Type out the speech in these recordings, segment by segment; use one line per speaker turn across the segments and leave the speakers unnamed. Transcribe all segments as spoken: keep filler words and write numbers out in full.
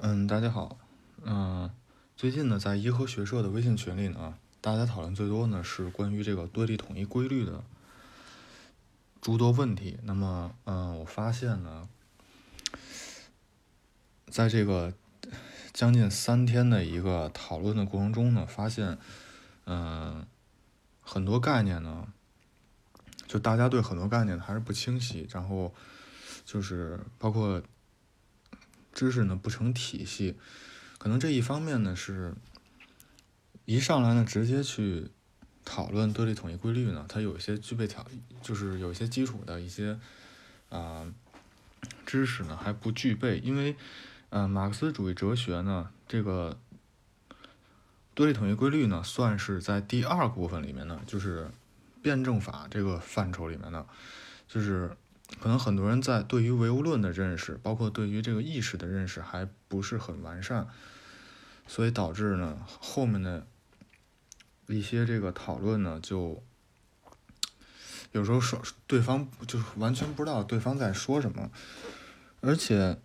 嗯，大家好。嗯，最近呢，在颐和学社的微信群里呢，大家讨论最多呢是关于这个对立统一规律的诸多问题。那么，嗯，我发现呢，在这个将近三天的一个讨论的过程中呢，发现，嗯，很多概念呢，就大家对很多概念还是不清晰，然后就是包括知识呢不成体系。可能这一方面呢是一上来呢直接去讨论对立统一规律呢，它有一些具备条，就是有一些基础的一些啊、呃、知识呢还不具备，因为呃马克思主义哲学呢这个对立统一规律呢算是在第二部分里面呢，就是辩证法这个范畴里面呢，就是可能很多人在对于唯物论的认识，包括对于这个意识的认识还不是很完善，所以导致呢后面的一些这个讨论呢，就有时候说对方就是完全不知道对方在说什么，而且，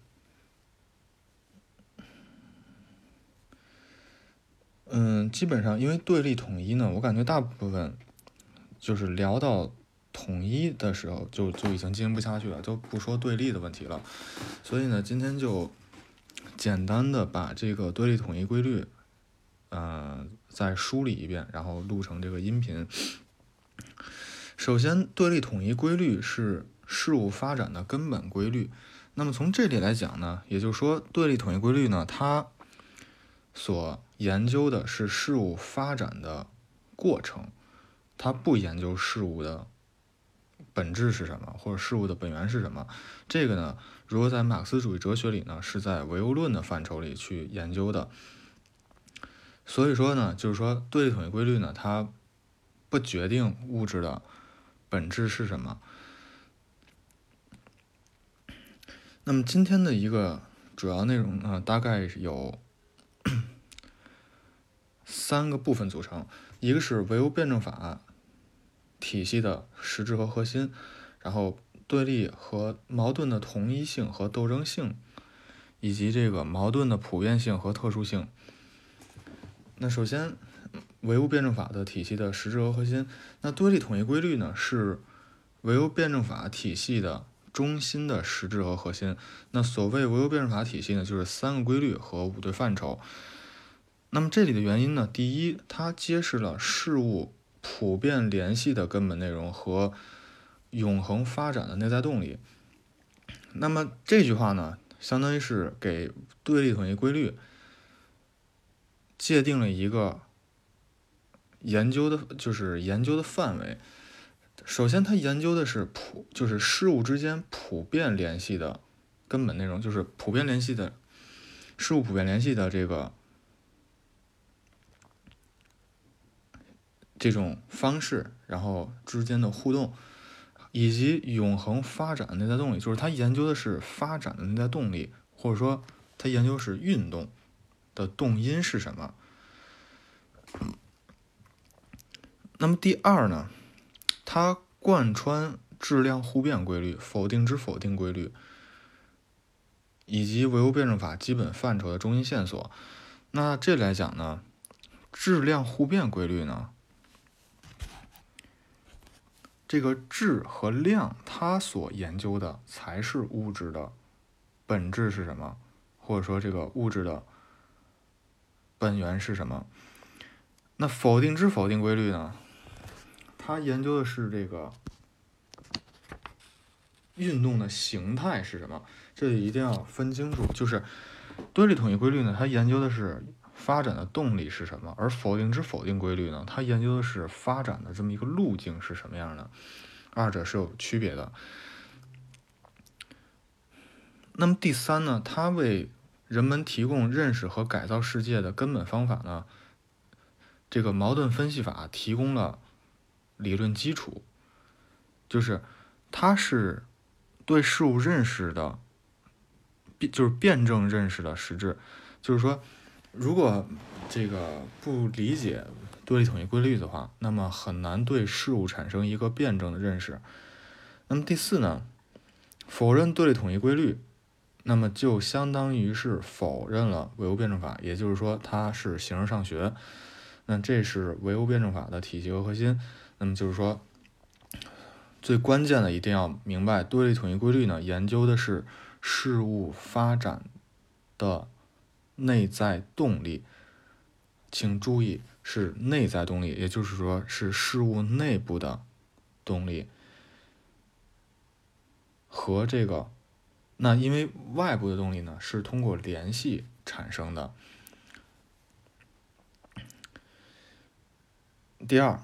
嗯，基本上因为对立统一呢，我感觉大部分就是聊到统一的时候就就已经进行不下去了，就不说对立的问题了。所以呢，今天就简单的把这个对立统一规律，呃，再梳理一遍，然后录成这个音频。首先，对立统一规律是事物发展的根本规律。那么从这里来讲呢，也就是说，对立统一规律呢，它所研究的是事物发展的过程，它不研究事物的本质是什么，或者事物的本源是什么。这个呢，如果在马克思主义哲学里呢，是在唯物论的范畴里去研究的。所以说呢，就是说对立统一规律呢，它不决定物质的本质是什么。那么今天的一个主要内容呢，大概有三个部分组成，一个是唯物辩证法体系的实质和核心，然后对立和矛盾的同一性和斗争性，以及这个矛盾的普遍性和特殊性。那首先，唯物辩证法的体系的实质和核心，那对立统一规律呢是唯物辩证法体系的中心的实质和核心。那所谓唯物辩证法体系呢，就是三个规律和五对范畴。那么这里的原因呢，第一，它揭示了事物普遍联系的根本内容和永恒发展的内在动力。那么这句话呢，相当于是给对立统一规律界定了一个研究的，就是研究的范围。首先，它研究的是普，就是事物之间普遍联系的根本内容，就是普遍联系的事物普遍联系的这个这种方式，然后之间的互动，以及永恒发展的内在动力，就是它研究的是发展的内在动力，或者说它研究是运动的动因是什么。那么第二呢，它贯穿质量互变规律、否定之否定规律，以及唯物辩证法基本范畴的中心线索。那这里来讲呢，质量互变规律呢，这个质和量，它所研究的才是物质的本质是什么，或者说这个物质的本源是什么。那否定之否定规律呢，它研究的是这个运动的形态是什么。这里一定要分清楚，就是对立统一规律呢，它研究的是发展的动力是什么，而否定之否定规律呢，它研究的是发展的这么一个路径是什么样的，二者是有区别的。那么第三呢，它为人们提供认识和改造世界的根本方法呢，这个矛盾分析法提供了理论基础，就是它是对事物认识的，就是辩证认识的实质。就是说，如果这个不理解对立统一规律的话，那么很难对事物产生一个辩证的认识。那么第四呢，否认对立统一规律， 那么就相当于是否认了唯物辩证法，也就是说它是形而上学。那这是唯物辩证法的体系和核心。那么就是说最关键的一定要明白，对立统一规律呢，研究的是事物发展的内在动力。请注意，是内在动力，也就是说是事物内部的动力和这个，那因为外部的动力呢是通过联系产生的。第二，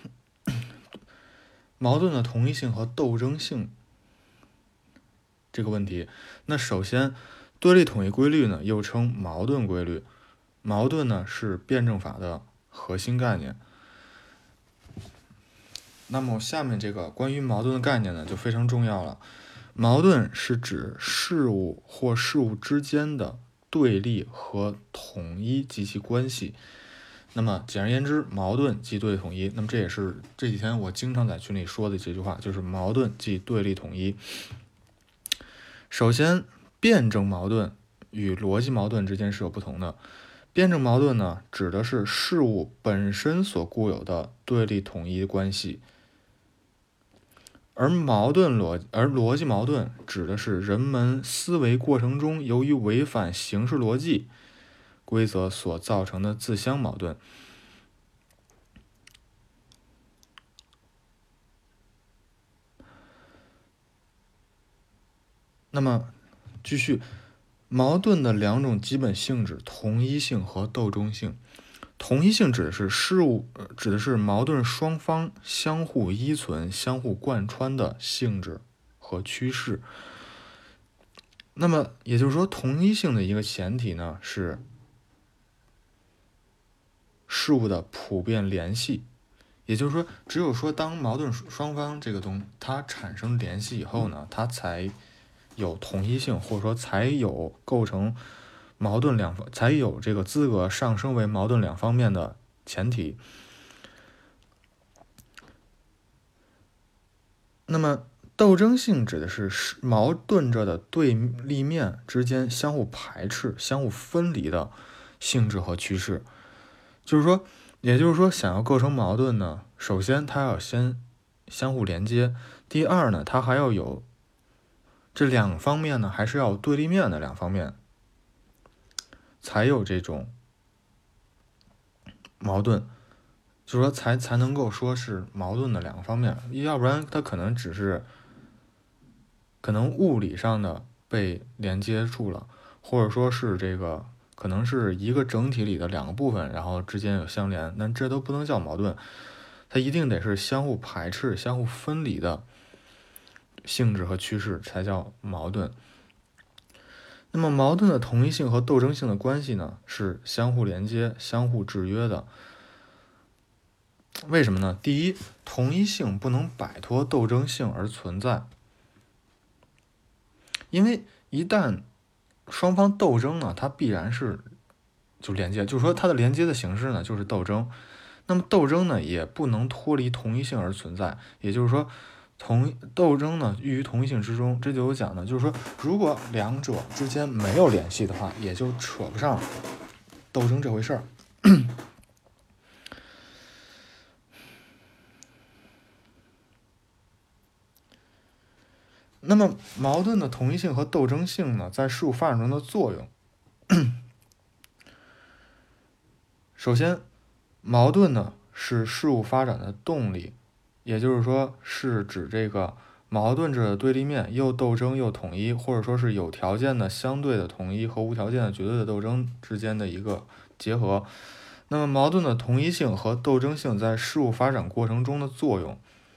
矛盾的同一性和斗争性这个问题，那首先对立统一规律呢又称矛盾规律，矛盾呢是辩证法的核心概念。那么下面这个关于矛盾的概念呢就非常重要了。矛盾是指事物或事物之间的对立和统一及其关系。那么简而言之，矛盾即对立统一。那么这也是这几天我经常在群里说的这句话，就是矛盾即对立统一。首先，辩证矛盾与逻辑矛盾之间是有不同的。辩证矛盾呢，指的是事物本身所固有的对立统一关系。而矛盾逻而逻辑矛盾指的是人们思维过程中由于违反形式逻辑规则所造成的自相矛盾。那么继续，矛盾的两种基本性质：同一性和斗争性。同一性指的是事物，指的是矛盾双方相互依存、相互贯穿的性质和趋势。那么也就是说，同一性的一个前提呢是事物的普遍联系。也就是说，只有说当矛盾双方这个东它产生联系以后呢，它才有同一性，或者说才有构成矛盾两方，才有这个资格上升为矛盾两方面的前提。那么斗争性指的是矛盾着的对立面之间相互排斥、相互分离的性质和趋势。就是说，也就是说，想要构成矛盾呢，首先它要先相互连接，第二呢，它还要有这两方面呢，还是要有对立面的两方面，才有这种矛盾，就是说才才能够说是矛盾的两个方面，要不然它可能只是可能物理上的被连接住了，或者说是这个可能是一个整体里的两个部分，然后之间有相连，但这都不能叫矛盾，它一定得是相互排斥、相互分离的性质和趋势才叫矛盾。那么矛盾的同一性和斗争性的关系呢，是相互连接、相互制约的。为什么呢？第一，同一性不能摆脱斗争性而存在，因为一旦双方斗争呢，它必然是就连接，就是说它的连接的形式呢就是斗争。那么斗争呢也不能脱离同一性而存在，也就是说同斗争呢寓于同一性之中。这就有讲的，就是说如果两者之间没有联系的话，也就扯不上斗争这回事儿。那么矛盾的同一性和斗争性呢，在事物发展中的作用。首先，矛盾呢是事物发展的动力，也就是说是指这个矛盾着的对立面又斗争又统一，或者说是有条件的相对的统一和无条件的绝对的斗争之间的一个结合。那么矛盾的同一性和斗争性在事物发展过程中的作用。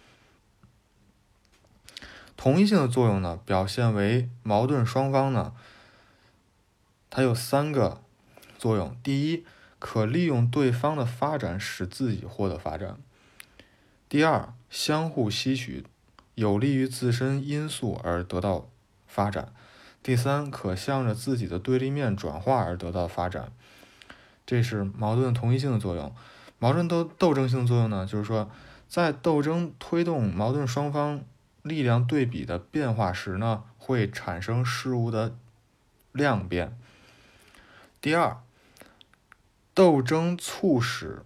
同一性的作用呢，表现为矛盾双方呢，它有三个作用。第一，可利用对方的发展使自己获得发展；第二，相互吸取有利于自身因素而得到发展；第三，可向着自己的对立面转化而得到发展。这是矛盾同一性的作用。矛盾斗斗争性的作用呢，就是说在斗争推动矛盾双方力量对比的变化时呢，会产生事物的量变。第二，斗争促使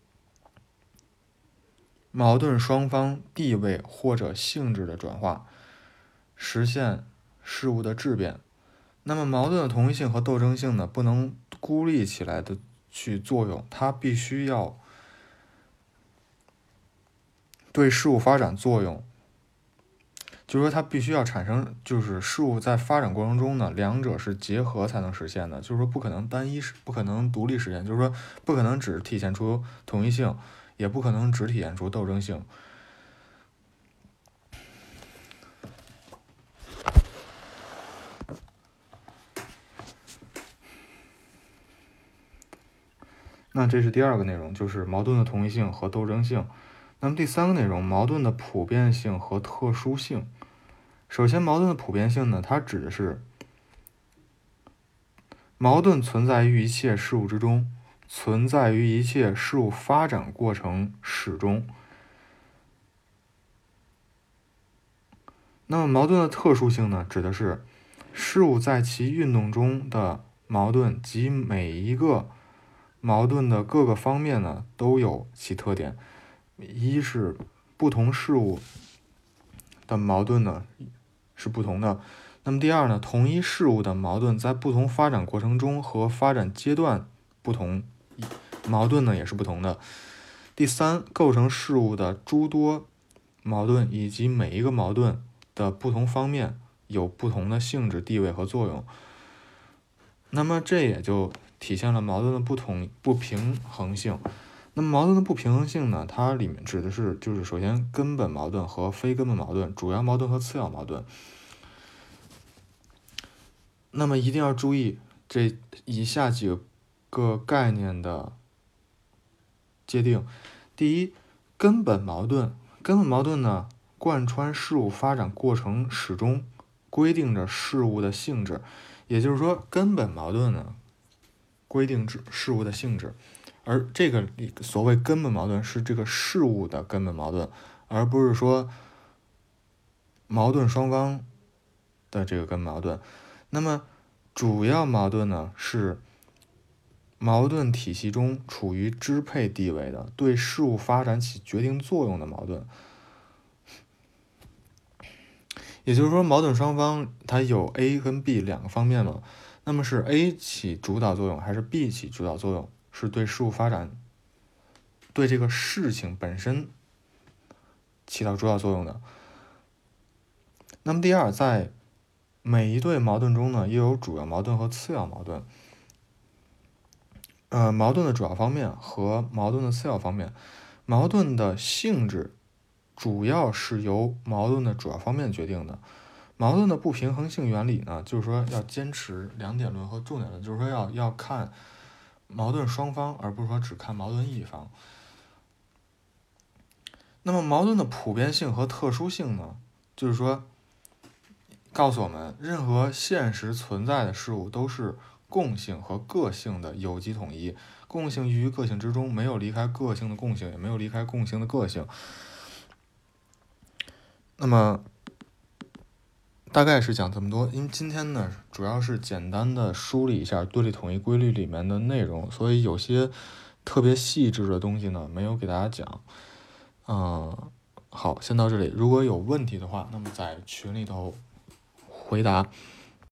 矛盾双方地位或者性质的转化，实现事物的质变。那么矛盾的同一性和斗争性呢，不能孤立起来的去作用，它必须要对事物发展作用，就是说它必须要产生，就是事物在发展过程中呢，两者是结合才能实现的，就是说不可能单一，不可能独立实现，就是说不可能只体现出同一性，也不可能只体现出斗争性。那这是第二个内容，就是矛盾的同一性和斗争性。那么第三个内容，矛盾的普遍性和特殊性。首先，矛盾的普遍性呢，它指的是矛盾存在于一切事物之中，存在于一切事物发展过程始终。那么矛盾的特殊性呢，指的是事物在其运动中的矛盾及每一个矛盾的各个方面呢，都有其特点。一是不同事物的矛盾呢是不同的，那么第二呢，同一事物的矛盾在不同发展过程中和发展阶段不同，矛盾呢也是不同的。第三，构成事物的诸多矛盾以及每一个矛盾的不同方面有不同的性质、地位和作用。那么这也就体现了矛盾的不同不平衡性。那么矛盾的不平衡性呢，它里面指的是就是首先根本矛盾和非根本矛盾，主要矛盾和次要矛盾。那么一定要注意这以下几个概念的界定。第一，根本矛盾，根本矛盾呢，贯穿事物发展过程始终，规定着事物的性质。也就是说，根本矛盾呢，规定事物的性质，而这个所谓根本矛盾是这个事物的根本矛盾，而不是说矛盾双方的这个根本矛盾。那么主要矛盾呢，是矛盾体系中处于支配地位的，对事物发展起决定作用的矛盾。也就是说，矛盾双方它有 A 跟 B 两个方面嘛，那么是 A 起主导作用还是 B 起主导作用，是对事物发展，对这个事情本身起到主导作用的。那么第二，在每一对矛盾中呢，又有主要矛盾和次要矛盾。呃，矛盾的主要方面和矛盾的次要方面，矛盾的性质主要是由矛盾的主要方面决定的。矛盾的不平衡性原理呢，就是说要坚持两点论和重点论，就是说要要看矛盾双方，而不是说只看矛盾一方。那么矛盾的普遍性和特殊性呢，就是说告诉我们，任何现实存在的事物都是共性和个性的有机统一，共性寓于个性之中，没有离开个性的共性，也没有离开共性的个性。那么大概是讲这么多，因为今天呢主要是简单的梳理一下对立统一规律里面的内容，所以有些特别细致的东西呢没有给大家讲。嗯，好，先到这里，如果有问题的话，那么在群里头回答。